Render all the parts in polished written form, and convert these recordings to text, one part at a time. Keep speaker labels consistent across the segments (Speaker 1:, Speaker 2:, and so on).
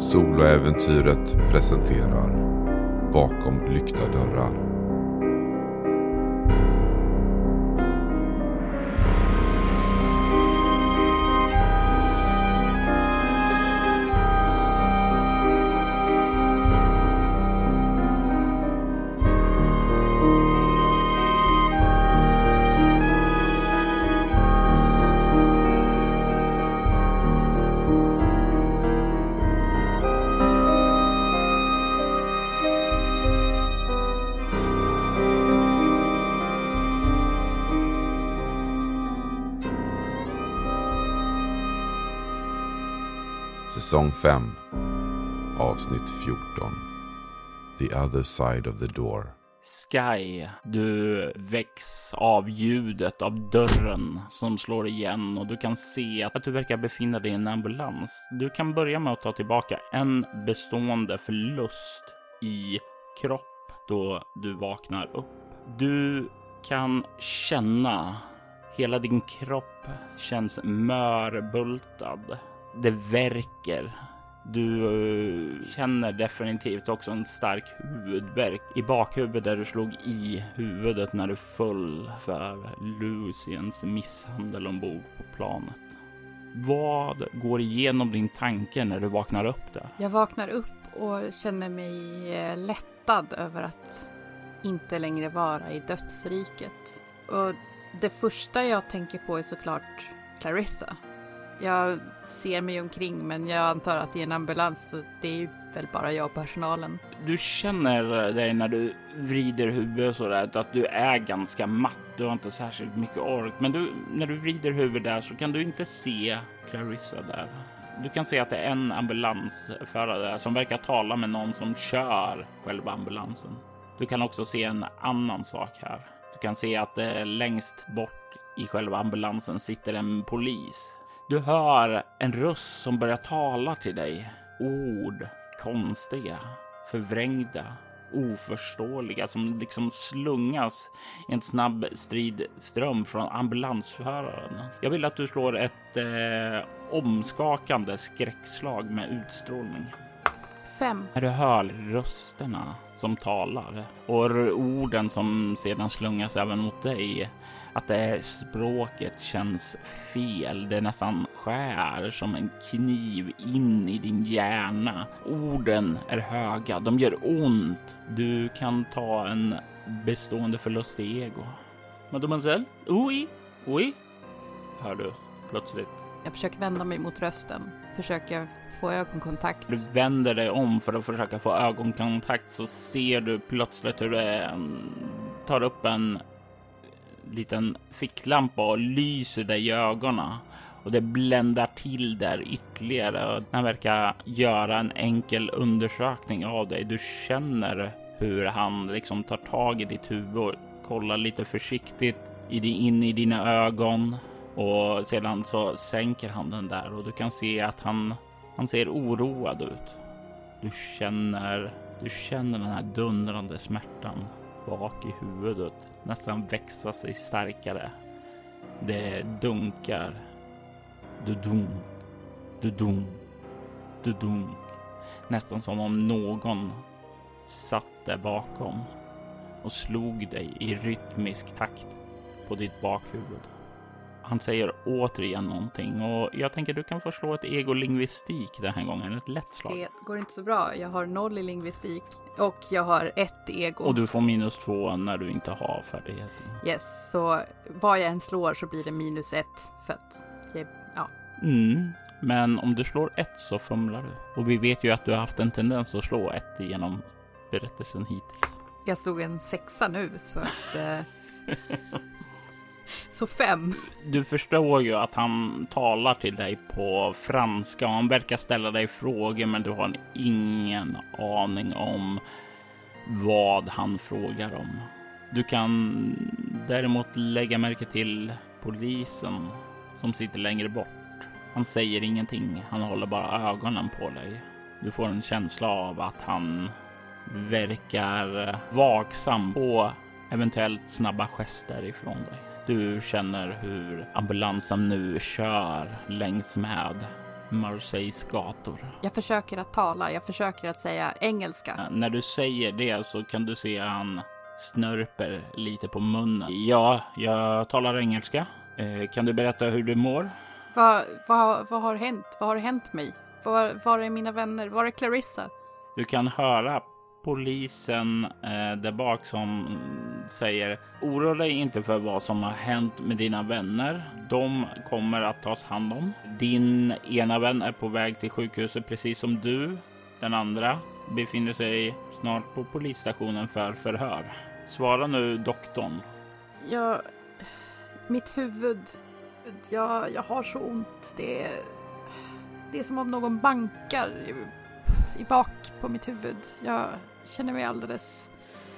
Speaker 1: Soloäventyret presenterar Bakom lyckta dörrar. Säsong 5, avsnitt 14. The other side of the door.
Speaker 2: Sky, du väcks av ljudet av dörren som slår igen och du kan se att du verkar befinna dig i en ambulans. Du kan börja med att ta tillbaka en bestående förlust i kropp då du vaknar upp. Du kan känna hela din kropp känns mörbultad. Det värker. Du känner definitivt också en stark huvudvärk i bakhuvudet där du slog i huvudet när du föll för Luciens misshandel ombord på planet. Vad går igenom din tanke när du vaknar upp där?
Speaker 3: Jag vaknar upp och känner mig lättad över att inte längre vara i dödsriket. Och det första jag tänker på är såklart Clarissa. Jag ser mig omkring, men jag antar att det är en ambulans, så det är ju väl bara jag och personalen. Du
Speaker 2: känner dig när du vrider huvudet så där att du är ganska matt. Du har inte särskilt mycket ork. Men när du vrider huvudet där så kan du inte se Clarissa där. Du kan se att det är en ambulansförare där som verkar tala med någon som kör själva ambulansen. Du kan också se en annan sak här. Du kan se att längst bort i själva ambulansen sitter en polis. Du hör en röst som börjar tala till dig. Ord, konstiga, förvrängda, oförståeliga som liksom slungas i en snabb stridström från ambulansföraren. Jag vill att du slår ett omskakande skräckslag med utstrålning.
Speaker 3: 5.
Speaker 2: När du hör rösterna som talar och orden som sedan slungas även mot dig, att det språket känns fel. Det nästan skär som en kniv in i din hjärna. Orden är höga, de gör ont. Du kan ta en bestående förlust i ego. Mademoiselle? Oui. Hör du plötsligt.
Speaker 3: Jag försöker vända mig mot rösten. Försöker få ögonkontakt.
Speaker 2: Du vänder dig om för att försöka få ögonkontakt, så ser du plötsligt hur det tar upp en liten ficklampa och lyser dig i ögonen. Och det bländar till där ytterligare. Han verkar göra en enkel undersökning av dig. Du känner hur han liksom tar tag i ditt huvud och kollar lite försiktigt in i dina ögon. Och sedan så sänker han den där och du kan se att han ser oroad ut. Du känner den här dundrande smärtan bak i huvudet nästan växa sig starkare. Det dunkar. Du dunk. Nästan som om någon satt där bakom och slog dig i rytmisk takt på ditt bakhuvud. Han säger återigen någonting och jag tänker du kan få slå ett egolingvistik den här gången. Ett lätt slag.
Speaker 3: Det går inte så bra. Jag har 0 i lingvistik och jag har 1 ego.
Speaker 2: Och du får -2 när du inte har färdigheten.
Speaker 3: Yes, så vad jag än slår så blir det -1 för att ja.
Speaker 2: Men om du slår 1 så fumlar du. Och vi vet ju att du har haft en tendens att slå 1 genom berättelsen hittills.
Speaker 3: Jag slog en 6 nu så att... Så 5.
Speaker 2: Du förstår ju att han talar till dig på franska och han verkar ställa dig frågor, men du har ingen aning om vad han frågar om. Du kan däremot lägga märke till polisen som sitter längre bort. Han säger ingenting, han håller bara ögonen på dig. Du får en känsla av att han verkar vaksam på eventuellt snabba gester ifrån dig. Du känner hur ambulansen nu kör längs med Marseilles gator.
Speaker 3: Jag försöker att tala, jag försöker att säga engelska.
Speaker 2: När du säger det så kan du se han snörper lite på munnen. Ja, jag talar engelska. Kan du berätta hur du mår?
Speaker 3: Vad har hänt? Vad har hänt mig? Var är mina vänner? Var är Clarissa?
Speaker 2: Du kan höra polisen där bak som säger: oroa dig inte för vad som har hänt med dina vänner. De kommer att tas hand om. Din ena vän är på väg till sjukhuset precis som du. Den andra befinner sig snart på polisstationen för förhör. Svara nu, doktorn.
Speaker 3: Mitt huvud. Jag har så ont. Det är som om någon bankar i bak på mitt huvud. Jag känner mig alldeles...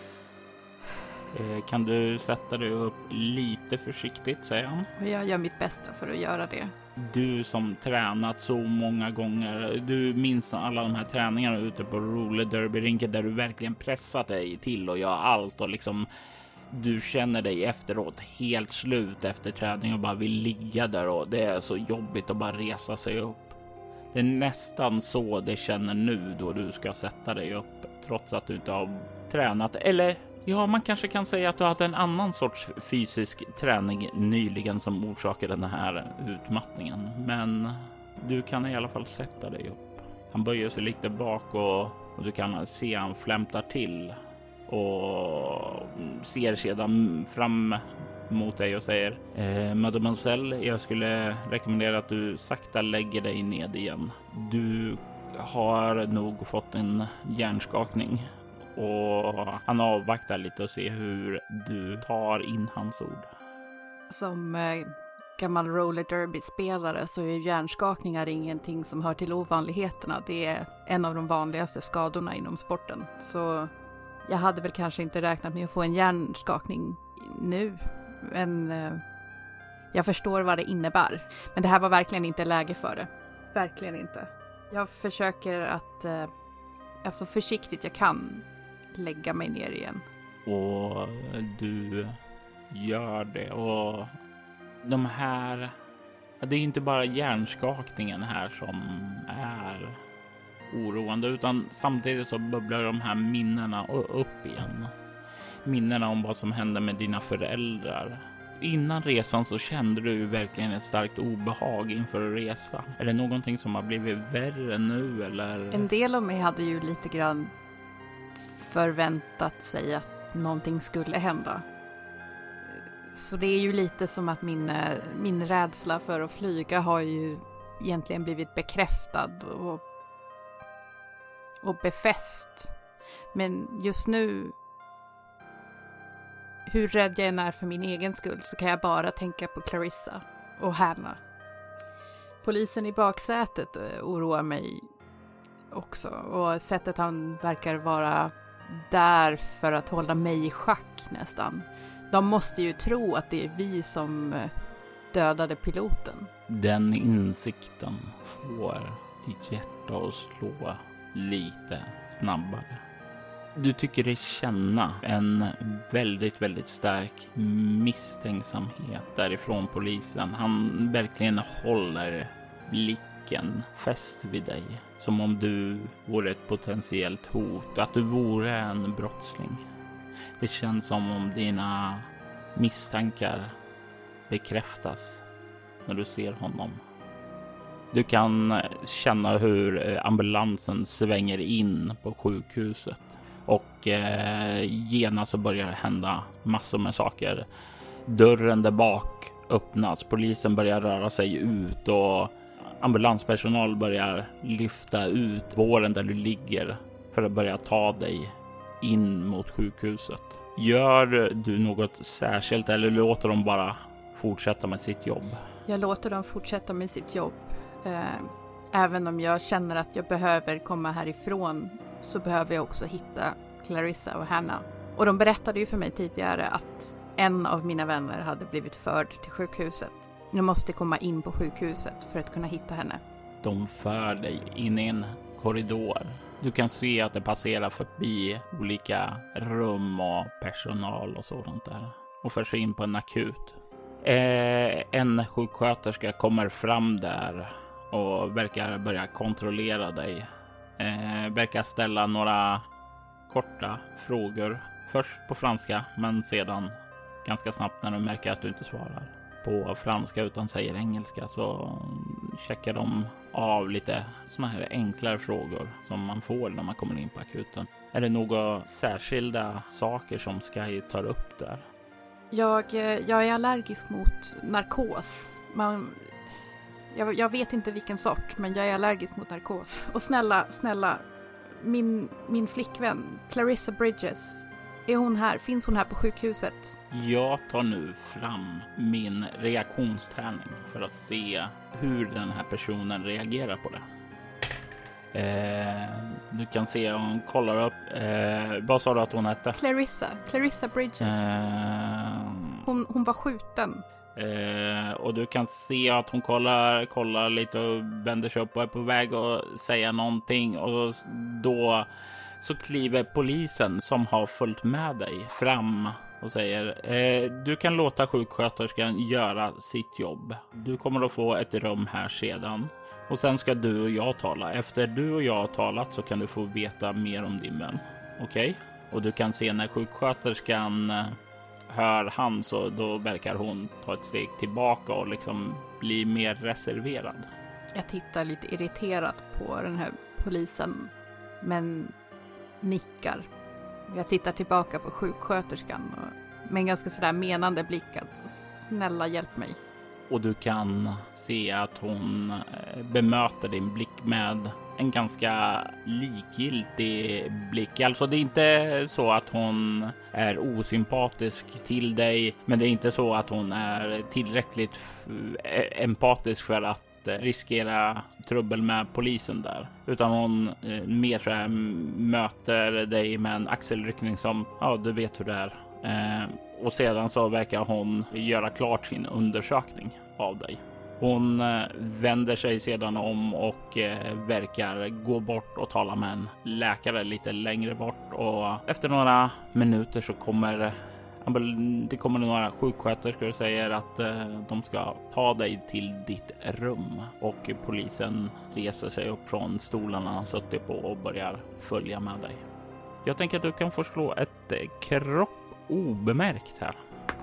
Speaker 2: Kan du sätta dig upp lite försiktigt, säger han.
Speaker 3: Jag gör mitt bästa för att göra det.
Speaker 2: Du som tränat så många gånger, du minns alla de här träningarna ute på roller derby-rinken där du verkligen pressat dig till och gör allt och liksom du känner dig efteråt helt slut efter träning och bara vill ligga där och det är så jobbigt att bara resa sig upp. Det är nästan så det känner nu då du ska sätta dig upp trots att du inte har tränat. Eller ja, man kanske kan säga att du hade en annan sorts fysisk träning nyligen som orsakade den här utmattningen. Men du kan i alla fall sätta dig upp. Han böjer sig lite bak och du kan se han flämtar till och ser sedan fram mot dig och säger: Mademoiselle, jag skulle rekommendera att du sakta lägger dig ned igen. Du har nog fått en hjärnskakning. Och han avvaktar lite och ser hur du tar in hans ord.
Speaker 3: Som gammal roller derby-spelare så är hjärnskakningar ingenting som hör till ovanligheterna. Det är en av de vanligaste skadorna inom sporten. Så jag hade väl kanske inte räknat med att få en hjärnskakning nu. Men jag förstår vad det innebär. Men det här var verkligen inte läge för det. Verkligen inte. Jag försöker att så försiktigt jag kan lägga mig ner igen.
Speaker 2: Och du gör det. Och de här... Det är inte bara hjärnskakningen här som är oroande, utan samtidigt så bubblar de här minnena upp igen. Minnena om vad som hände med dina föräldrar. Innan resan så kände du verkligen ett starkt obehag inför att resa. Är det någonting som har blivit värre nu eller? En
Speaker 3: del av mig hade ju lite grann förväntat sig att någonting skulle hända. Så det är ju lite som att min rädsla för att flyga har ju egentligen blivit bekräftad och befäst. Men just nu, hur rädd jag än är för min egen skull, så kan jag bara tänka på Clarissa och Hannah. Polisen i baksätet oroar mig också. Och sättet han verkar vara där för att hålla mig i schack nästan. De måste ju tro att det är vi som dödade piloten.
Speaker 2: Den insikten får ditt hjärta att slå lite snabbare. Du tycker dig känna en väldigt, väldigt stark misstänksamhet därifrån polisen. Han verkligen håller blicken fäst vid dig. Som om du vore ett potentiellt hot. Att du vore en brottsling. Det känns som om dina misstankar bekräftas när du ser honom. Du kan känna hur ambulansen svänger in på sjukhuset. Och genast så börjar det hända massor med saker. Dörren där bak öppnas. Polisen börjar röra sig ut och ambulanspersonal börjar lyfta ut båren där du ligger för att börja ta dig in mot sjukhuset. Gör du något särskilt eller låter de bara fortsätta med sitt jobb?
Speaker 3: Jag låter dem fortsätta med sitt jobb. Även om jag känner att jag behöver komma härifrån, så behöver jag också hitta Clarissa och Hannah. Och de berättade ju för mig tidigare att en av mina vänner hade blivit förd till sjukhuset. Jag måste komma in på sjukhuset för att kunna hitta henne.
Speaker 2: De för dig in i en korridor. Du kan se att det passerar förbi olika rum och personal och sådant där. Och för sig in på en akut. En sjuksköterska kommer fram där och verkar börja kontrollera dig. Verkar ställa några korta frågor. Först på franska, men sedan ganska snabbt när du märker att du inte svarar på franska utan säger engelska, så checkar de av lite såna här enklare frågor som man får när man kommer in på akuten. Är det några särskilda saker som Sky tar upp där?
Speaker 3: Jag är allergisk mot narkos. Jag vet inte vilken sort, men jag är allergisk mot narkos. Och snälla, min flickvän, Clarissa Bridges, är hon här? Finns hon här på sjukhuset?
Speaker 2: Jag tar nu fram min reaktionstärning för att se hur den här personen reagerar på det. Du kan se om hon kollar upp. Vad sa du att hon hette?
Speaker 3: Clarissa Bridges. Hon var skjuten.
Speaker 2: Och du kan se att hon kollar lite och vänder sig upp och är på väg att säga någonting, och då så kliver polisen som har följt med dig fram och säger du kan låta sjuksköterskan göra sitt jobb. Du kommer att få ett rum här sedan. Och sen ska du och jag tala. Efter du och jag har talat så kan du få veta mer om din vän. Okej? Och du kan se när sjuksköterskan hör han, så då verkar hon ta ett steg tillbaka och liksom bli mer reserverad.
Speaker 3: Jag tittar lite irriterat på den här polisen, men nickar. Jag tittar tillbaka på sjuksköterskan med en ganska sådär menande blick att snälla hjälp mig.
Speaker 2: Och du kan se att hon bemöter din blick med en ganska likgiltig blick. Alltså det är inte så att hon är osympatisk till dig, men det är inte så att hon är tillräckligt empatisk för att riskera trubbel med polisen där. Utan hon mer så här möter dig med en axelryckning som, ja, du vet hur det är. Och sedan så verkar hon göra klart sin undersökning av dig. Hon vänder sig sedan om och verkar gå bort och tala med en läkare lite längre bort. Och efter några minuter så kommer några sjuksköterskor och säger att de ska ta dig till ditt rum. Och polisen reser sig upp från stolarna han suttit på och börjar följa med dig. Jag tänker att du kan få slå ett kropp obemärkt här.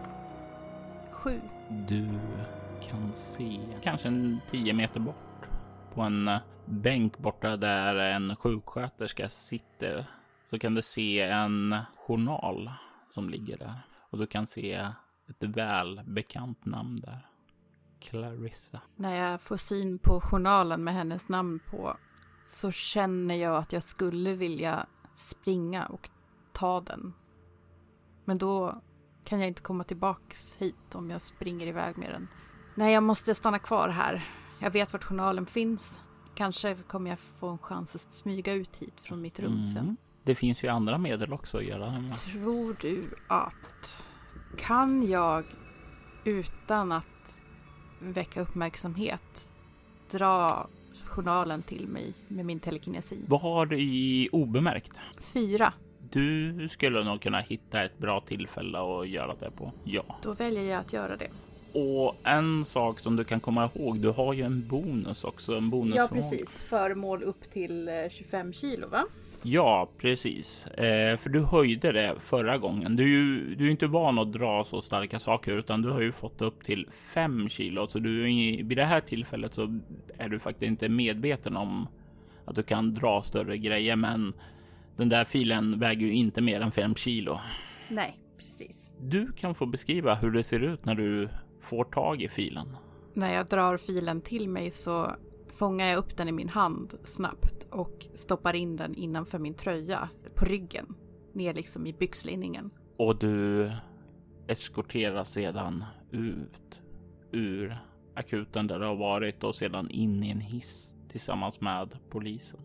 Speaker 3: 7.
Speaker 2: Du kan se kanske 10 meter bort på en bänk borta där en sjuksköterska sitter, så kan du se en journal som ligger där, och du kan se ett välbekant namn där. Clarissa.
Speaker 3: När jag får syn på journalen med hennes namn på, så känner jag att jag skulle vilja springa och ta den. Men då kan jag inte komma tillbaks hit om jag springer iväg med den. Nej, jag måste stanna kvar här. Jag vet vart journalen finns. Kanske kommer jag få en chans att smyga ut hit från mitt rum sen.
Speaker 2: Det finns ju andra medel också att göra.
Speaker 3: Tror du att... Kan jag, utan att väcka uppmärksamhet, dra journalen till mig med min telekinesi?
Speaker 2: Vad har du i obemärkt?
Speaker 3: 4.
Speaker 2: Du skulle nog kunna hitta ett bra tillfälle att göra det på. Ja.
Speaker 3: Då väljer jag att göra det.
Speaker 2: Och en sak som du kan komma ihåg, du har ju en bonus också. En bonus.
Speaker 3: Ja, precis. Föremål upp till 25 kilo, va?
Speaker 2: Ja, precis. För du höjde det förra gången. Du är inte van att dra så starka saker, utan du har ju fått upp till 5 kilo. Så vid det här tillfället så är du faktiskt inte medveten om att du kan dra större grejer. Men den där filen väger ju inte mer än 5 kilo.
Speaker 3: Nej, precis.
Speaker 2: Du kan få beskriva hur det ser ut när du får tag i filen.
Speaker 3: När jag drar filen till mig så fångar jag upp den i min hand snabbt och stoppar in den innanför min tröja på ryggen, ner liksom i byxlinningen.
Speaker 2: Och du eskorterar sedan ut ur akuten där du har varit och sedan in i en hiss tillsammans med polisen.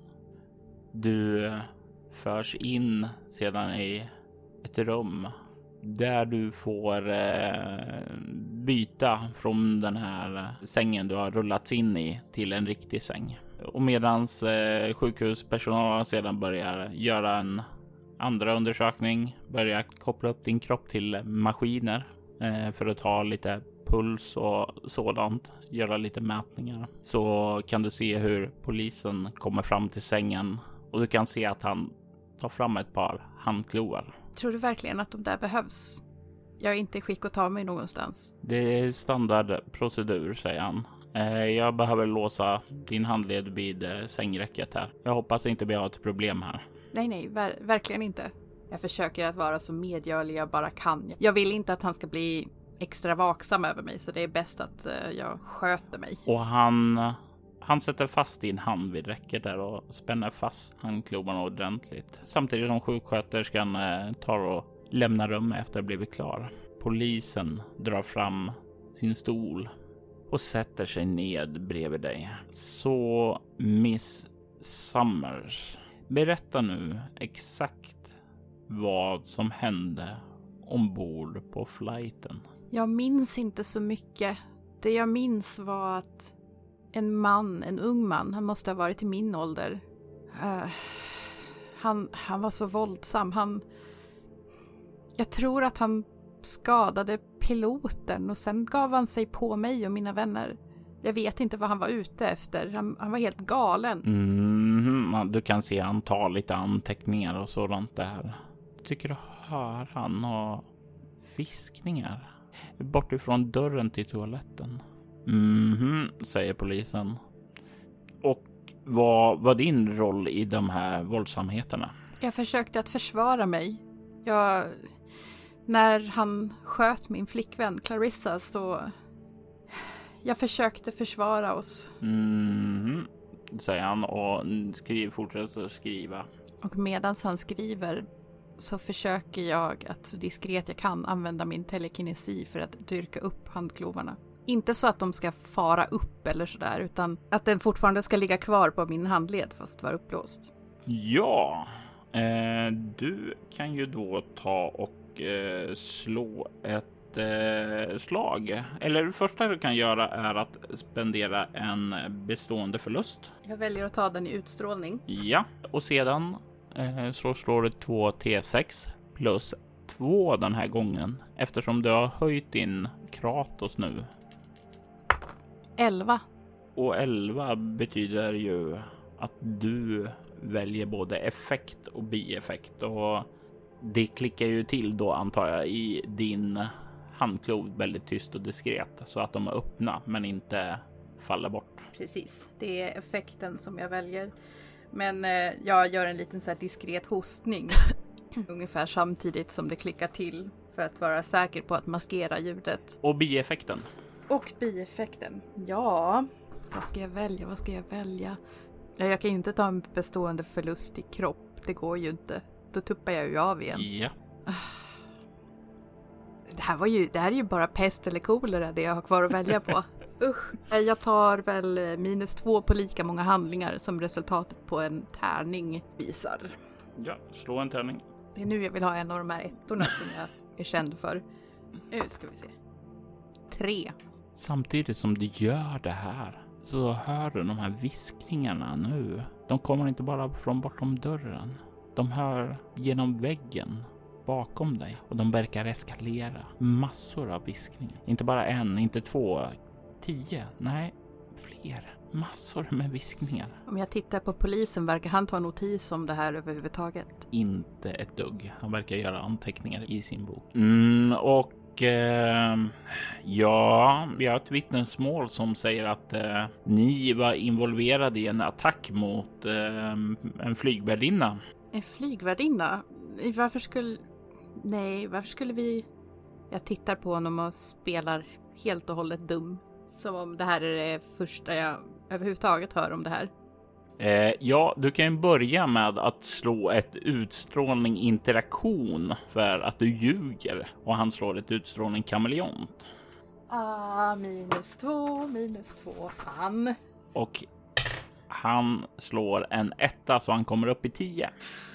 Speaker 2: Du förs in sedan i ett rum där du får byta från den här sängen du har rullats in i till en riktig säng. Och medans sjukhuspersonalen sedan börjar göra en andra undersökning, börjar koppla upp din kropp till maskiner för att ta lite puls och sådant, göra lite mätningar, så kan du se hur polisen kommer fram till sängen och du kan se att han tar fram ett par handklovar.
Speaker 3: Tror du verkligen att de där behövs? Jag är inte i skick att ta mig någonstans.
Speaker 2: Det är standardprocedur, säger han. Jag behöver låsa din handled vid sängräcket här. Jag hoppas inte vi har ett problem här.
Speaker 3: Nej, verkligen inte. Jag försöker att vara så medgörlig jag bara kan. Jag vill inte att han ska bli extra vaksam över mig, så det är bäst att jag sköter mig.
Speaker 2: Och han sätter fast din hand vid räcket där och spänner fast handklovarna ordentligt. Samtidigt som sjuksköterskan tar och lämnar rummet efter att ha blivit klar. Polisen drar fram sin stol och sätter sig ned bredvid dig. Så Miss Summers, berätta nu exakt vad som hände ombord på flighten.
Speaker 3: Jag minns inte så mycket. Det jag minns var att en ung man, han måste ha varit i min ålder. Han var så våldsam. Jag tror att han skadade piloten och sen gav han sig på mig och mina vänner. Jag vet inte vad han var ute efter. Han var helt galen.
Speaker 2: Du kan se han tar lite anteckningar och sådant där. Tycker du hör han och viskningar bortifrån dörren till toaletten? Säger polisen. Och vad var din roll i de här våldsamheterna?
Speaker 3: Jag försökte att försvara mig. När han sköt min flickvän Clarissa, så jag försökte försvara oss.
Speaker 2: Säger han och fortsätter skriva.
Speaker 3: Och medan han skriver så försöker jag att så diskret jag kan använda min telekinesi för att dyrka upp handklovarna. Inte så att de ska fara upp eller sådär, utan att den fortfarande ska ligga kvar på min handled fast vara upplåst.
Speaker 2: Ja, du kan ju då ta och slå ett slag. Eller det första du kan göra är att spendera en bestående förlust.
Speaker 3: Jag väljer att ta den i utstrålning.
Speaker 2: Ja, och sedan så slår du 2 T6 plus 2 den här gången. Eftersom du har höjt din Kratos nu.
Speaker 3: 11.
Speaker 2: Och 11 betyder ju att du väljer både effekt och bieffekt. Och det klickar ju till då, antar jag, i din handklov väldigt tyst och diskret. Så att de är öppna men inte faller bort.
Speaker 3: Precis, det är effekten som jag väljer. Men jag gör en liten så här diskret hostning. Ungefär samtidigt som det klickar till. För att vara säker på att maskera ljudet.
Speaker 2: Och bieffekten?
Speaker 3: Och bieffekten. Ja, vad ska jag välja? Ja, jag kan ju inte ta en bestående förlust i kropp. Det går ju inte. Då tuppar jag ju av igen.
Speaker 2: Ja.
Speaker 3: Det här är ju bara pest eller kolera det jag har kvar att välja på. Usch. Jag tar väl -2 på lika många handlingar som resultatet på en tärning visar.
Speaker 2: Ja, slå en tärning.
Speaker 3: Det är nu jag vill ha en av de här ettorna som jag är känd för. Nu ska vi se. 3.
Speaker 2: Samtidigt som du gör det här så hör du de här viskningarna nu. De kommer inte bara från bortom dörren. De hör genom väggen bakom dig och de verkar eskalera. Massor av viskningar. Inte bara en, inte 2, 10, nej, fler. Massor med viskningar.
Speaker 3: Om jag tittar på polisen, verkar han ta notis om det här överhuvudtaget?
Speaker 2: Inte ett dugg. Han verkar göra anteckningar i sin bok. Och ja, vi har ett vittnesmål som säger att ni var involverade i en attack mot en flygvärdinna.
Speaker 3: En flygvärdinna? Varför skulle vi... Jag tittar på honom och spelar helt och hållet dum. Som om det här är det första jag överhuvudtaget hör om det här.
Speaker 2: Ja, du kan ju börja med att slå ett utstrålning interaktion för att du ljuger. Och han slår ett utstrålning kameleont.
Speaker 3: -2, fan.
Speaker 2: Och han slår en 1 så han kommer upp i 10.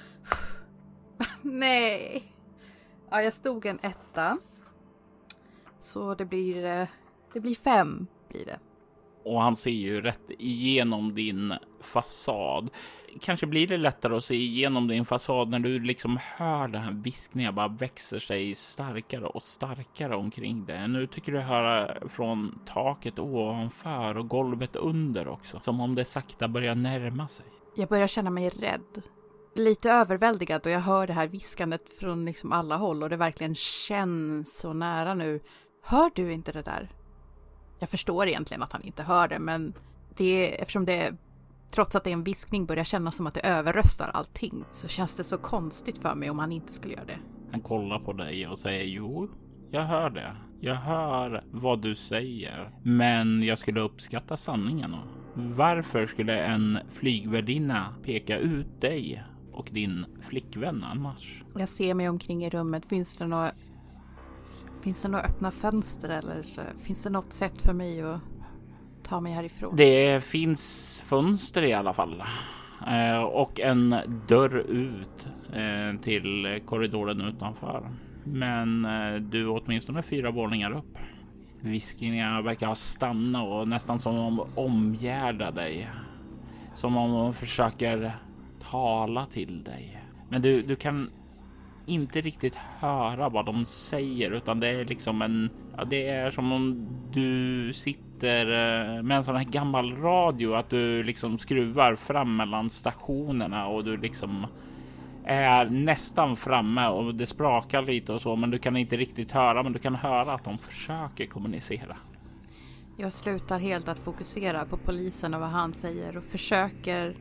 Speaker 3: Nej. Ja, jag stod en 1. Så det blir 5 blir det.
Speaker 2: Och han ser ju rätt igenom din fasad. Kanske blir det lättare att se igenom din fasad när du liksom hör den här viskningen bara växer sig starkare och starkare omkring dig. Nu tycker du höra från taket ovanför och golvet under också. Som om det sakta börjar närma sig.
Speaker 3: Jag börjar känna mig rädd. Lite överväldigad och jag hör det här viskandet från liksom alla håll och det verkligen känns så nära nu. Hör du inte det där? Jag förstår egentligen att han inte hör det, men eftersom det, trots att det är en viskning, börjar kännas som att det överröstar allting, så känns det så konstigt för mig om han inte skulle göra det.
Speaker 2: Han kollar på dig och säger, jo, jag hör det. Jag hör vad du säger, men jag skulle uppskatta sanningen. Varför skulle en flygvärdinna peka ut dig och din flickvän annars?
Speaker 3: Jag ser mig omkring i rummet. Finns det några öppna fönster eller finns det något sätt för mig att ta mig härifrån?
Speaker 2: Det finns fönster i alla fall. Och en dörr ut till korridoren utanför. Men du är åtminstone 4 våningar upp. Viskningarna verkar ha stannat och nästan som om de omgärdar dig. Som om de försöker tala till dig. Men du kan inte riktigt höra vad de säger, utan det är liksom det är som om du sitter med en sån här gammal radio, att du liksom skruvar fram mellan stationerna och du liksom är nästan framme och det sprakar lite och så, men du kan inte riktigt höra, men du kan höra att de försöker kommunicera.
Speaker 3: Jag slutar helt att fokusera på polisen och vad han säger och försöker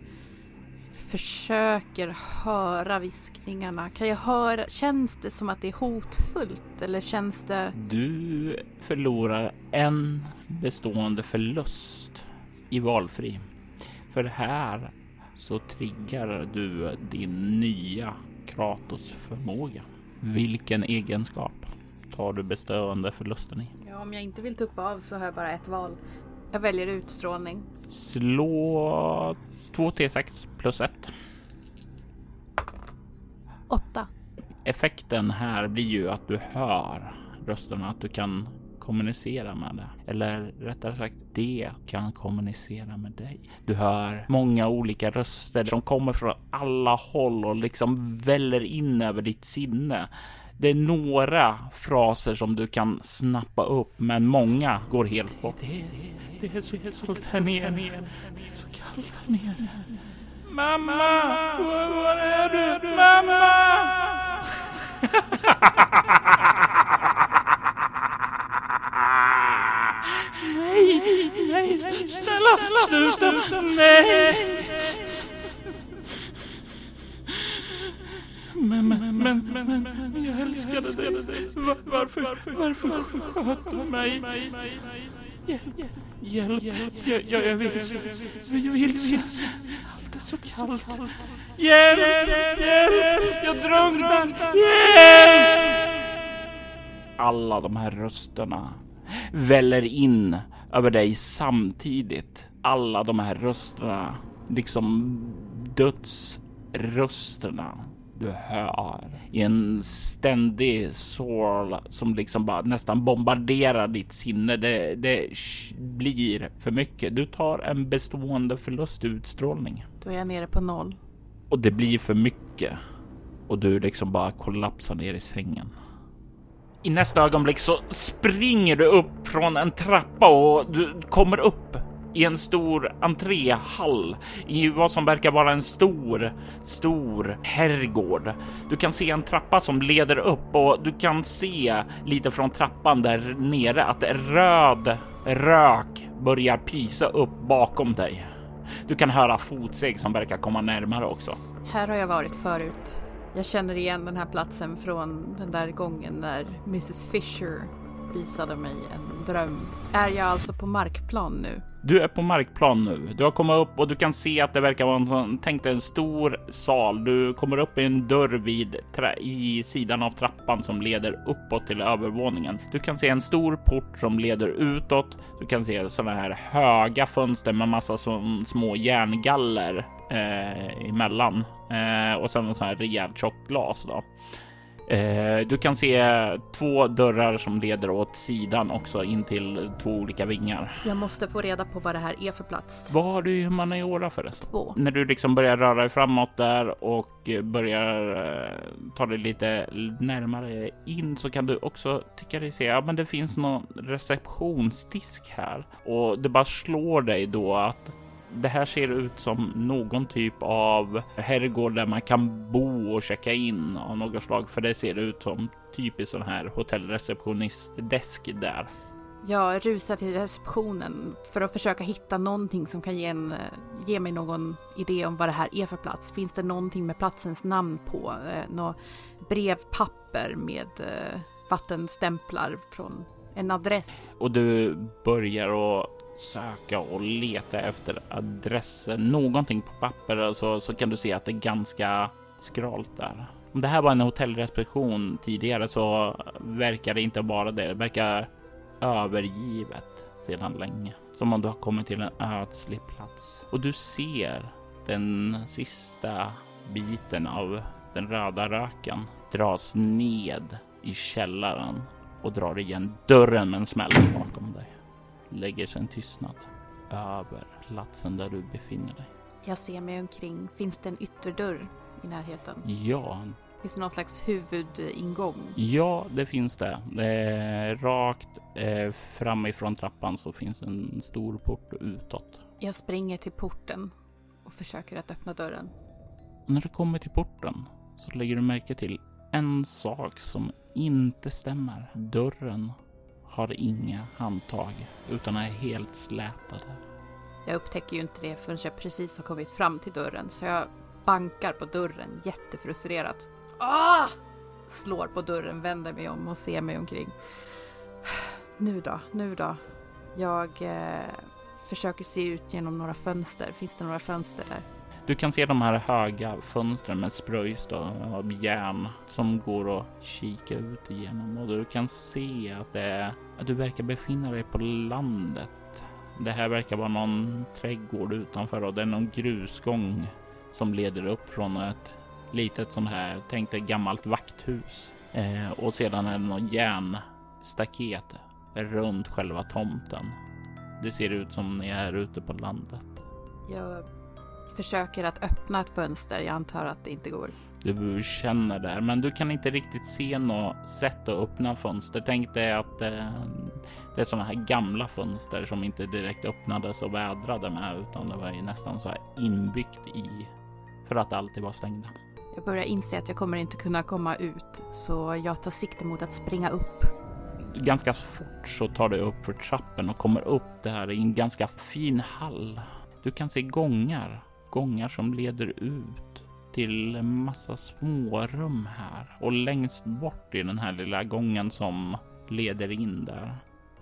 Speaker 3: höra viskningarna. Kan jag höra, känns det som att det är hotfullt eller känns det...
Speaker 2: Du förlorar en bestående förlust i valfri. För här så triggar du din nya Kratos förmåga. Vilken egenskap tar du bestående förlusten i?
Speaker 3: Ja, om jag inte vill tuppa av så har jag bara ett val. Jag väljer utstrålning.
Speaker 2: Slå 2T6 plus 1.
Speaker 3: 8.
Speaker 2: Effekten här blir ju att du hör rösterna, att du kan kommunicera med det. Eller rättare sagt, det kan kommunicera med dig. Du hör många olika röster som kommer från alla håll och liksom väller in över ditt sinne. Det är några fraser som du kan snappa upp, men många går helt bort. Det är så kallt här nere. Det är så kallt här nere. Mamma! Var är du? Mamma! Nej, snälla, sluta, nej! Men jag älskade dig. Varför sköt du mig? Hjälp. Jag vill se. Allt är så kallt. Hjälp! Jag drunknar. Hjälp! Alla de här rösterna väller in över dig samtidigt. Alla de här rösterna, liksom dödsrösterna du hör i en ständig sorl som liksom bara nästan bombarderar ditt sinne. Det blir för mycket. Du tar en bestående förlust i utstrålning.
Speaker 3: Då är jag nere på 0.
Speaker 2: Och det blir för mycket. Och du liksom bara kollapsar ner i sängen. I nästa ögonblick så springer du upp från en trappa och du kommer upp i en stor entréhall i vad som verkar vara en stor herrgård. Du kan se en trappa som leder upp och du kan se lite från trappan där nere att röd rök börjar pysa upp bakom dig. Du kan höra fotsteg som verkar komma närmare också.
Speaker 3: Här har jag varit förut. Jag känner igen den här platsen från den där gången när Mrs. Fisher visade mig en dröm. Är jag alltså på markplan nu?
Speaker 2: Du är på markplan nu. Du har kommit upp och du kan se att det verkar vara en stor sal. Du kommer upp i en dörr i sidan av trappan som leder uppåt till övervåningen. Du kan se en stor port som leder utåt. Du kan se sådana här höga fönster med massa små järngaller emellan. Och sen en sån här rejält tjock glas då. Du kan se 2 dörrar som leder åt sidan också in till 2 olika vingar.
Speaker 3: Jag måste få reda på vad det här är för plats.
Speaker 2: Vad har du i humaniora förresten?
Speaker 3: 2.
Speaker 2: När du liksom börjar röra dig framåt där och börjar ta dig lite närmare in så kan du också tycka dig se, ja men det finns någon receptionsdisk här. Och det bara slår dig då att det här ser ut som någon typ av herrgård där man kan bo och checka in av något slag. För det ser ut som typiskt sån här hotellreceptionistdesk där.
Speaker 3: Jag rusar till receptionen för att försöka hitta någonting som kan ge mig någon idé om vad det här är för plats. Finns det någonting med platsens namn på? Något brevpapper med vattenstämplar från en adress?
Speaker 2: Och du börjar att söka och leta efter adressen. Någonting på papper så kan du se att det är ganska skralt där. Om det här var en hotellreception tidigare så verkar det inte bara det. Det verkar övergivet sedan länge. Som om du har kommit till en ödslig plats. Och du ser den sista biten av den röda röken dras ned i källaren och drar igen dörren med en smäll bakom dig. Lägger sig en tystnad över platsen där du befinner dig.
Speaker 3: Jag ser mig omkring. Finns det en ytterdörr i närheten?
Speaker 2: Ja.
Speaker 3: Finns det någon slags huvudingång?
Speaker 2: Ja, det finns det. Rakt framifrån trappan så finns en stor port utåt.
Speaker 3: Jag springer till porten och försöker att öppna dörren.
Speaker 2: Och när du kommer till porten så lägger du märke till en sak som inte stämmer. Dörren har inga handtag utan är helt slätade.
Speaker 3: Jag upptäcker ju inte det förrän jag precis har kommit fram till dörren, så jag bankar på dörren jättefrustrerat. Slår på dörren, vänder mig om och ser mig omkring. Nu då. Jag försöker se ut genom några fönster. Finns det några fönster där?
Speaker 2: Du kan se de här höga fönstren med spröjs av järn som går att kika ut igenom. Och du kan se att du verkar befinna dig på landet. Det här verkar vara någon trädgård utanför och det är någon grusgång som leder upp från ett litet sånt här, tänk dig gammalt vakthus. Och sedan är det någon järnstaket runt själva tomten. Det ser ut som ni är ute på landet.
Speaker 3: Jag försöker att öppna ett fönster. Jag antar att det inte går.
Speaker 2: Du känner där, men du kan inte riktigt se något sätt att öppna fönster. Tänk dig att det är sådana här gamla fönster som inte direkt öppnades och vädrade med, utan det var ju nästan så här inbyggt i för att alltid vara stängda.
Speaker 3: Jag börjar inse att jag kommer inte kunna komma ut, så jag tar sikte mot att springa upp.
Speaker 2: Ganska fort så tar du upp för trappen och kommer upp där i en ganska fin hall. Du kan se gångar som leder ut till en massa små rum här. Och längst bort i den här lilla gången som leder in där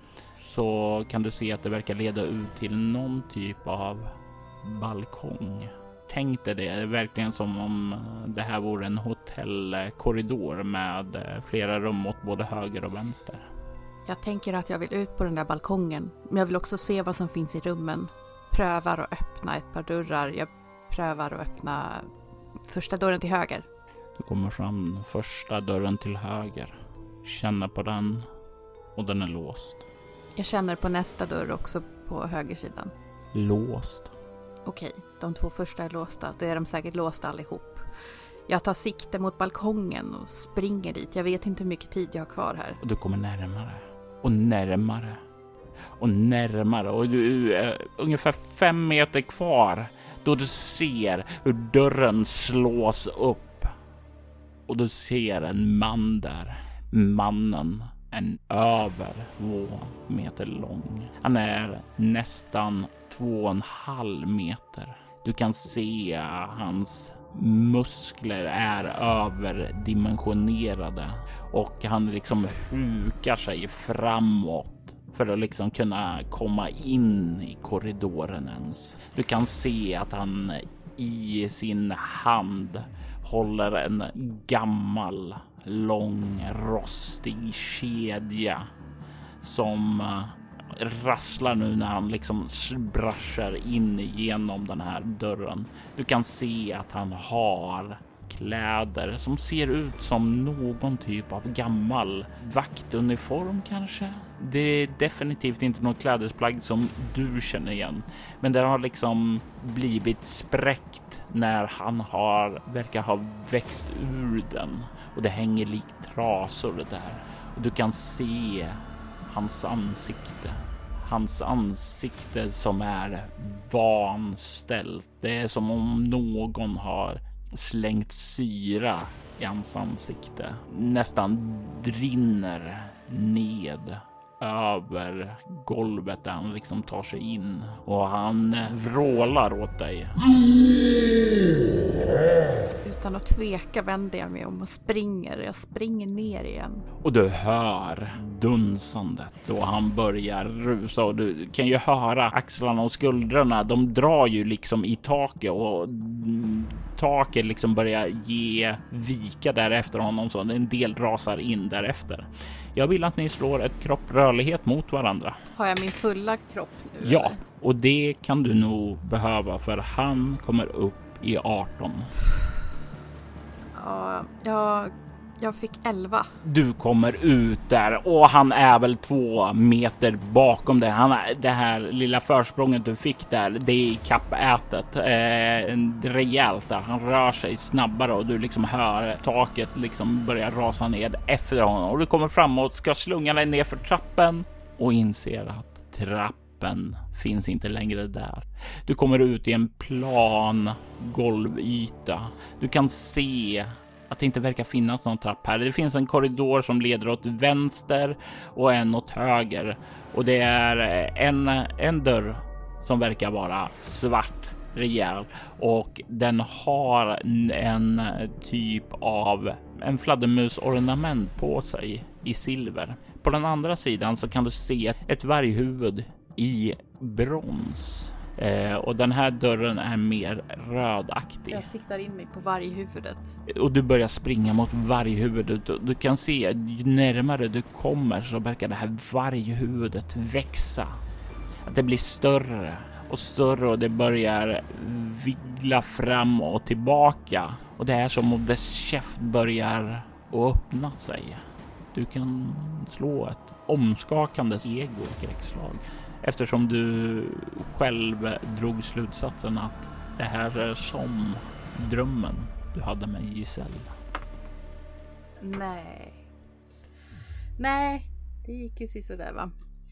Speaker 2: så kan du se att det verkar leda ut till någon typ av balkong. Tänk dig det är verkligen som om det här vore en hotellkorridor med flera rum åt både höger och vänster.
Speaker 3: Jag tänker att jag vill ut på den där balkongen, men jag vill också se vad som finns i rummen. Prövar att öppna ett par dörrar. Jag prövar att öppna första dörren till höger.
Speaker 2: Du kommer fram första dörren till höger. Känner på den och den är låst.
Speaker 3: Jag känner på nästa dörr också på högersidan.
Speaker 2: Låst.
Speaker 3: Okej, de 2 första är låsta. Det är de säkert låsta allihop. Jag tar sikte mot balkongen och springer dit. Jag vet inte hur mycket tid jag har kvar här.
Speaker 2: Och du kommer närmare och närmare och närmare. Och du är ungefär 5 meter kvar då du ser hur dörren slås upp. Och du ser en man där. Mannen är över 2 meter lång. Han är nästan 2,5 meter. Du kan se hans muskler är överdimensionerade och han liksom hukar sig framåt för att liksom kunna komma in i korridoren ens. Du kan se att han i sin hand håller en gammal, lång, rostig kedja som rasslar nu när han liksom braschar in genom den här dörren. Du kan se att han har kläder som ser ut som någon typ av gammal vaktuniform kanske. Det är definitivt inte något klädesplagg som du känner igen, men det har liksom blivit spräckt när han verkar ha växt ur den, och det hänger likt trasor där, och du kan se hans ansikte som är vanställt. Det är som om någon har slängt syra i hans ansikte. Nästan drinner ned över golvet där han liksom tar sig in, och han vrålar åt dig.
Speaker 3: Utan att tveka vänder jag mig om och springer. Jag springer ner igen.
Speaker 2: Och du hör dunsandet då han börjar rusa, och du kan ju höra axlarna och skuldrarna. De drar ju liksom i taket, och taket liksom börjar ge vika därefter honom, så en del rasar in därefter. Jag vill att ni slår ett kropprörlighet mot varandra.
Speaker 3: Har jag min fulla kropp nu?
Speaker 2: Ja,
Speaker 3: eller?
Speaker 2: och det kan du nog behöva, för han kommer upp i 18.
Speaker 3: Ja, jag fick 11.
Speaker 2: Du kommer ut där, och han är väl 2 meter bakom dig. Det här lilla försprånget du fick där, det är kappätet. Rejält där. Han rör sig snabbare, och du liksom hör taket liksom börja rasa ned efter honom. Och du kommer framåt, ska slunga dig ner för trappen och inser att trappen finns inte längre där. Du kommer ut i en plan golvyta. Du kan se att det inte verkar finnas någon trapp här. Det finns en korridor som leder åt vänster och en åt höger. Och det är en dörr som verkar vara svart, rejäl. Och den har en typ av en fladdermusornament på sig i silver. På den andra sidan så kan du se ett varghuvud i brons. Och den här dörren är mer rödaktig.
Speaker 3: Jag siktar in mig på varghuvudet.
Speaker 2: Och du börjar springa mot varghuvudet. Du kan se, ju närmare du kommer så verkar det här varghuvudet växa. Att det blir större och större, och det börjar viggla fram och tillbaka. Och det är som om dess käft börjar att öppna sig. Du kan slå ett omskakande ego-skräckslag. Eftersom du själv drog slutsatsen att det här är som drömmen du hade med Giselle.
Speaker 3: Nej, det gick ju sådär va.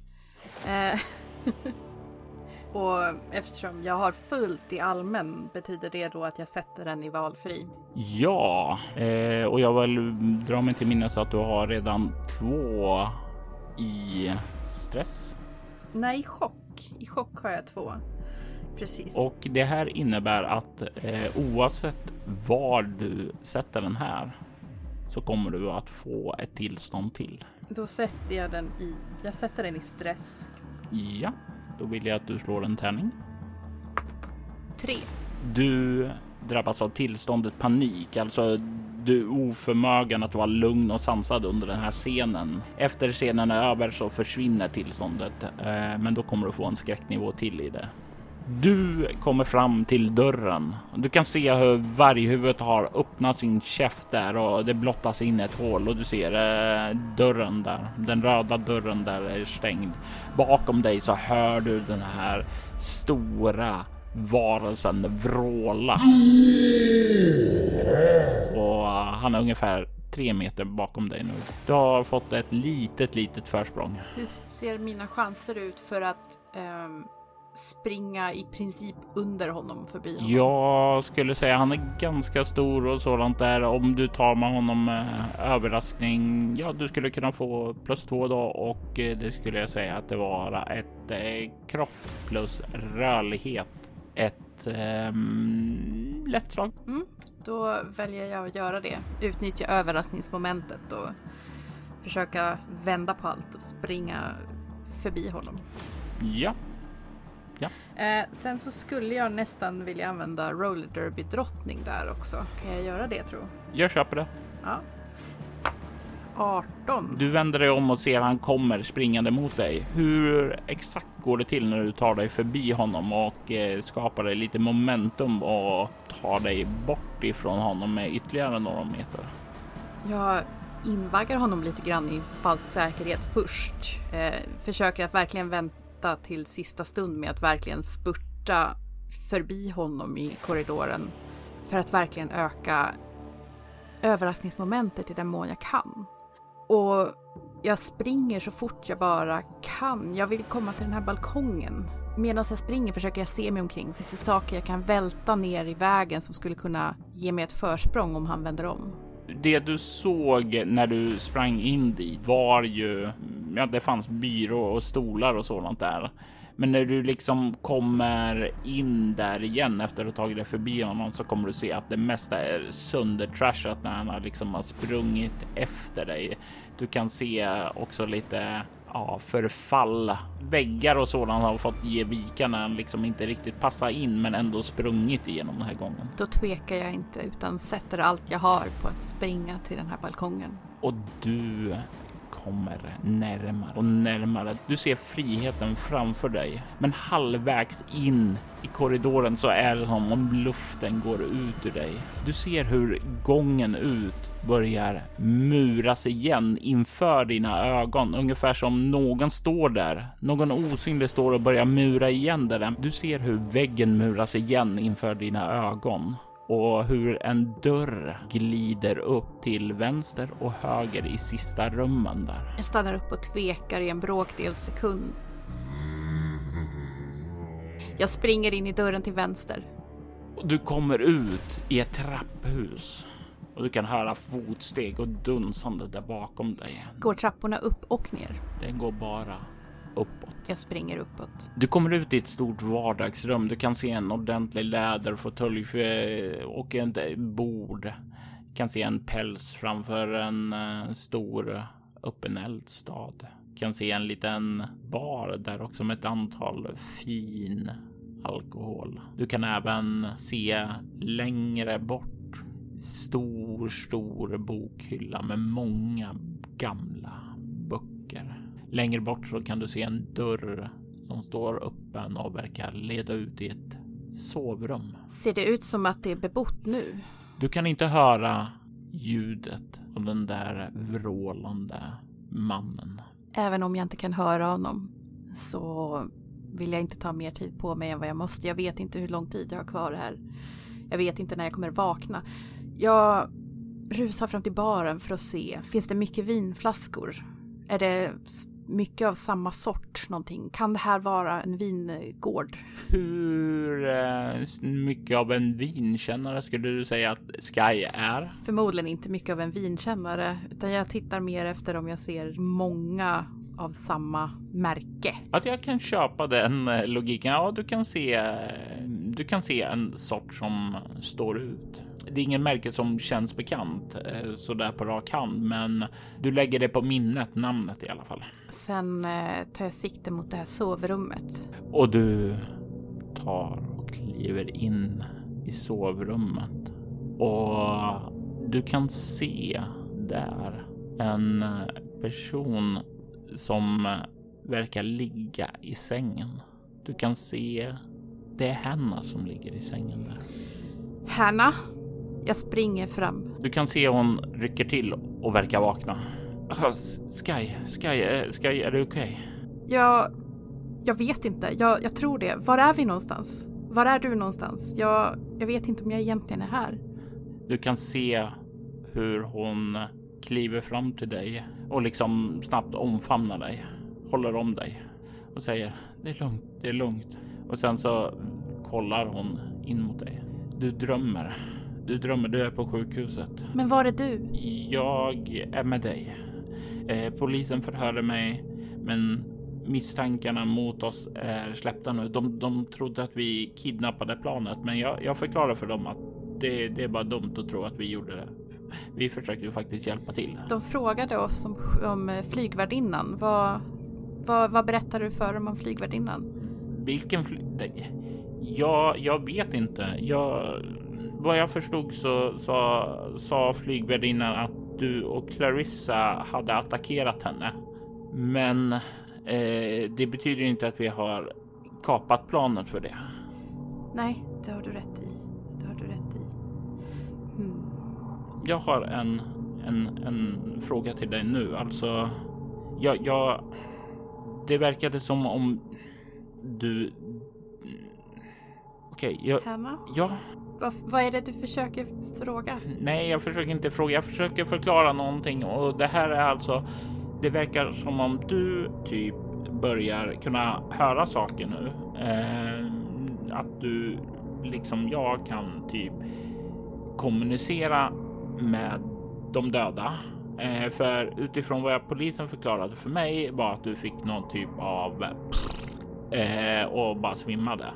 Speaker 3: Och eftersom jag har fullt i allmän, betyder det då att jag sätter den i valfri?
Speaker 2: Ja, och jag vill dra mig till minnes att du har redan 2 i stress.
Speaker 3: Nej, i chock. I chock har jag 2. Precis.
Speaker 2: Och det här innebär att oavsett var du sätter den här så kommer du att få ett tillstånd till.
Speaker 3: Då sätter jag den i... Jag sätter den i stress.
Speaker 2: Ja, då vill jag att du slår en tärning.
Speaker 3: 3.
Speaker 2: Du drabbas av tillståndet panik, alltså du är oförmögen att vara lugn och sansad under den här scenen. Efter scenen är över så försvinner tillståndet, men då kommer du få en skräcknivå till i det. Du kommer fram till dörren. Du kan se hur varghuvudet har öppnat sin käft där, och det blottas in ett hål, och du ser dörren där. Den röda dörren där är stängd. Bakom dig så hör du den här stora varelsen vråla. Och han är ungefär 3 meter bakom dig nu. Du har fått ett litet försprång.
Speaker 3: Hur ser mina chanser ut för att springa i princip under honom, förbi honom?
Speaker 2: Jag skulle säga han är ganska stor och sådant där. Om du tar med honom överraskning, ja, du skulle kunna få +2 då, och det skulle jag säga att det var ett kropp plus rörlighet. Ett lätt slag.
Speaker 3: Då väljer jag att göra det. Utnyttja överraskningsmomentet och försöka vända på allt och springa förbi honom.
Speaker 2: Ja.
Speaker 3: Sen så skulle jag nästan vilja använda roller derby drottning där också. Kan jag göra det, tror jag?
Speaker 2: Jag köper det.
Speaker 3: Ja. 18.
Speaker 2: Du vänder dig om och ser han kommer springande mot dig. Hur exakt går det till när du tar dig förbi honom och skapar dig lite momentum och tar dig bort ifrån honom med ytterligare några meter?
Speaker 3: Jag invaggar honom lite grann i falsk säkerhet först. Försöker att verkligen vänta till sista stund med att verkligen spurta förbi honom i korridoren. För att verkligen öka överraskningsmomentet i den mån jag kan. Och jag springer så fort jag bara kan. Jag vill komma till den här balkongen. Medan jag springer försöker jag se mig omkring. Finns det saker jag kan välta ner i vägen som skulle kunna ge mig ett försprång om han vänder om?
Speaker 2: Det du såg när du sprang in dit var ju, ja, det fanns byrå och stolar och sådant där. Men när du liksom kommer in där igen efter att ha tagit dig förbi honom så kommer du se att det mesta är söndertrashat när han liksom har sprungit efter dig. Du kan se också lite förfall. Väggar och sådant har fått ge vika när han liksom inte riktigt passar in men ändå sprungit igenom den här gången.
Speaker 3: Då tvekar jag inte utan sätter allt jag har på att springa till den här balkongen.
Speaker 2: Och du kommer närmare och närmare. Du ser friheten framför dig. Men halvvägs in i korridoren så är det som om luften går ut ur dig. Du ser hur gången ut börjar muras igen inför dina ögon. Ungefär som någon står där. Någon osynlig står och börjar mura igen där. Du ser hur väggen muras igen inför dina ögon. Och hur en dörr glider upp till vänster och höger i sista rummen där.
Speaker 3: Jag stannar upp och tvekar i en bråkdels sekund. Jag springer in i dörren till vänster.
Speaker 2: Du kommer ut i ett trapphus och du kan höra fotsteg och dunsande där bakom dig.
Speaker 3: Går trapporna upp och ner?
Speaker 2: Den går bara uppåt.
Speaker 3: Jag springer uppåt.
Speaker 2: Du kommer ut i ett stort vardagsrum. Du kan se en ordentlig läderfåtölj och ett bord. Du kan se en päls framför en stor öppen eldstad. Du kan se en liten bar där också med ett antal fin alkohol. Du kan även se längre bort stor bokhylla med många gamla böcker. Längre bort så kan du se en dörr som står öppen och verkar leda ut i ett sovrum.
Speaker 3: Ser det ut som att det är bebott nu?
Speaker 2: Du kan inte höra ljudet av den där vrålande mannen.
Speaker 3: Även om jag inte kan höra honom så vill jag inte ta mer tid på mig än vad jag måste. Jag vet inte hur lång tid jag har kvar här. Jag vet inte när jag kommer vakna. Jag rusar fram till baren för att se. Finns det mycket vinflaskor? Är det mycket av samma sort någonting? Kan det här vara en vingård?
Speaker 2: Hur mycket av en vinkännare skulle du säga att Sky är?
Speaker 3: Förmodligen inte mycket av en vinkännare, utan jag tittar mer efter om jag ser många av samma märke.
Speaker 2: Att jag kan köpa den logiken. Ja, du kan se en sort som står ut. Det är ingen märke som känns bekant så där på rak hand, men du lägger det på minnet, namnet i alla fall.
Speaker 3: Sen tar jag sikte mot det här sovrummet.
Speaker 2: Och du tar och kliver in i sovrummet. Och du kan se där en person som verkar ligga i sängen. Du kan se det är Hanna som ligger i sängen där.
Speaker 3: Hanna? Jag springer fram.
Speaker 2: Du kan se hon rycker till och verkar vakna. Sky, är det okej?
Speaker 3: Jag vet inte. Jag tror det. Var är vi någonstans? Var är du någonstans? Jag vet inte om jag egentligen är här.
Speaker 2: Du kan se hur hon kliver fram till dig och liksom snabbt omfamnar dig. Håller om dig och säger det är lugnt. Och sen så kollar hon in mot dig. Du drömmer, du är på sjukhuset.
Speaker 3: Men var är du?
Speaker 2: Jag är med dig. Polisen förhörde mig, men misstankarna mot oss är släppta nu. De trodde att vi kidnappade planet, men jag förklarar för dem att det är bara dumt att tro att vi gjorde det. Vi försökte ju faktiskt hjälpa till.
Speaker 3: De frågade oss om flygvärdinnan. Vad berättar du för dem om flygvärdinnan?
Speaker 2: Vilken jag vet inte. Vad jag förstod så sa flygvärdinnan att du och Clarissa hade attackerat henne. Men det betyder inte att vi har kapat planen för det.
Speaker 3: Nej, det har du rätt i.
Speaker 2: Jag har en fråga till dig nu. Alltså, det verkade som om du... Okej,
Speaker 3: Hanna?
Speaker 2: Ja.
Speaker 3: Vad är det du försöker fråga?
Speaker 2: Nej, jag försöker inte fråga. Jag försöker förklara någonting. Och det här är alltså... Det verkar som om du typ börjar kunna höra saker nu. Att du, liksom jag, kan typ kommunicera med de döda. För utifrån vad polisen förklarade för mig var att du fick någon typ av och bara svimmade.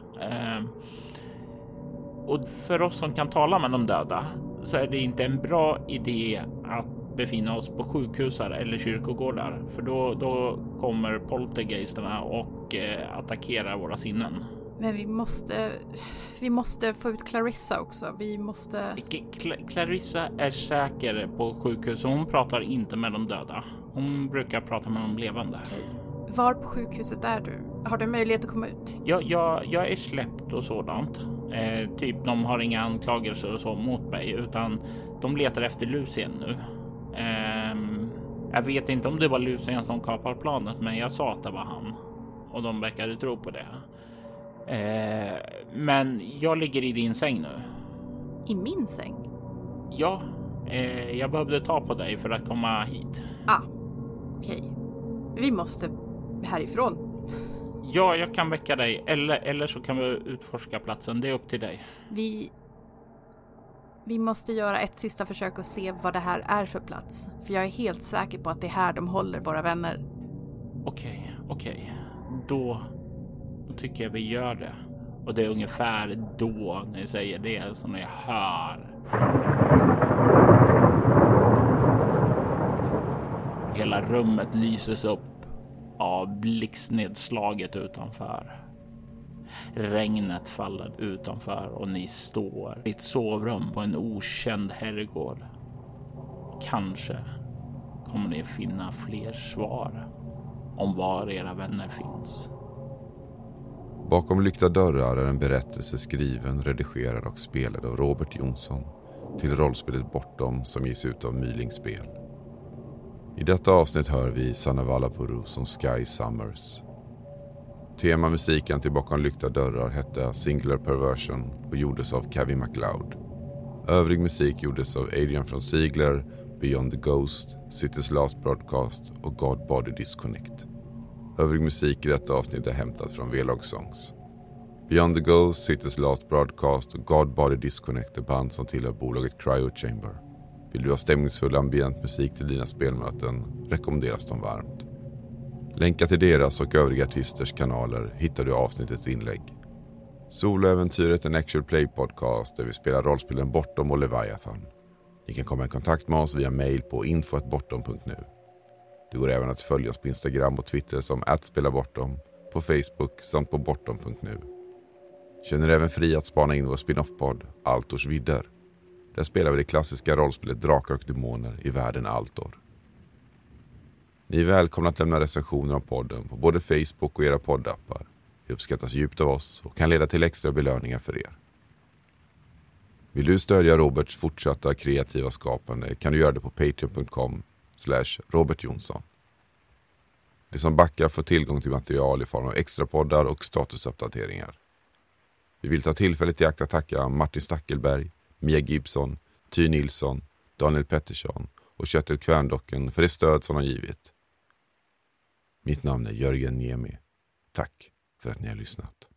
Speaker 2: Och för oss som kan tala med de döda så är det inte en bra idé att befinna oss på sjukhusar eller kyrkogårdar. För då kommer poltergeisterna och attackerar våra sinnen.
Speaker 3: Men vi måste få ut Clarissa också. Vi måste...
Speaker 2: Clarissa är säker på sjukhus. Hon pratar inte med de döda. Hon brukar prata med de levande.
Speaker 3: Okej. Var på sjukhuset är du? Har du möjlighet att komma ut?
Speaker 2: Jag är släppt och sådant. Typ de har inga anklagelser och så mot mig, utan de letar efter Lucien nu. Jag vet inte om det var Lucien som kapar planet, men jag sa att det var han. Och de verkade tro på det. Men jag ligger i din säng nu.
Speaker 3: I min säng?
Speaker 2: Ja, jag behövde ta på dig för att komma hit.
Speaker 3: Okej. Vi måste härifrån.
Speaker 2: Ja, jag kan väcka dig. Eller så kan vi utforska platsen. Det är upp till dig.
Speaker 3: Vi måste göra ett sista försök och se vad det här är för plats. För jag är helt säker på att det är här de håller våra vänner.
Speaker 2: Okej. Då tycker jag vi gör det. Och det är ungefär då ni säger det som ni hör. Hela rummet lyses upp av blixtnedslaget utanför. Regnet faller utanför och ni står i ett sovrum på en okänd herrgård. Kanske kommer ni finna fler svar om var era vänner finns.
Speaker 1: Bakom lyckta dörrar är en berättelse skriven, redigerad och spelad av Robert Jonsson till rollspelet Bortom som ges ut av Mylingspel. I detta avsnitt hör vi Sanna Vallapuro som Sky Summers. Temamusiken till Bakom lyckta dörrar hette Singular Perversion och gjordes av Kevin MacLeod. Övrig musik gjordes av Adrian von Ziegler, Beyond the Ghost, City's Last Broadcast och God Body Disconnect. Övrig musik i detta avsnitt är hämtad från V-Log Songs. Beyond the Ghost, City's Last Broadcast och God Body Disconnect är band som tillhör bolaget Cryo Chamber. Vill du ha stämningsfull ambient musik till dina spelmöten rekommenderas de varmt. Länkar till deras och övriga artisters kanaler hittar du i avsnittets inlägg. Soloäventyret är en actual play podcast där vi spelar rollspelen Bortom och Leviathan. Ni kan komma i kontakt med oss via mail på info@bortom.nu. Det går även att följa oss på Instagram och Twitter som @spelabortom, på Facebook samt på bortom.nu. Känner även fri att spana in vår spin-off-podd Altors vidder. Där spelar vi det klassiska rollspelet Drakar och Demoner i världen Altor. Ni är välkomna att lämna recensioner om podden på både Facebook och era poddappar. Det uppskattas djupt av oss och kan leda till extra belöningar för er. Vill du stödja Roberts fortsatta kreativa skapande kan du göra det på patreon.com/Robert Jonsson. De som backar får tillgång till material i form av extra poddar och statusuppdateringar. Vi vill ta tillfället i akt att tacka Martin Stackelberg, Mia Gibson, Ty Nilsson, Daniel Pettersson och Kjetil Kvärndocken för det stöd som de givit. Mitt namn är Jörgen Niemi. Tack för att ni har lyssnat.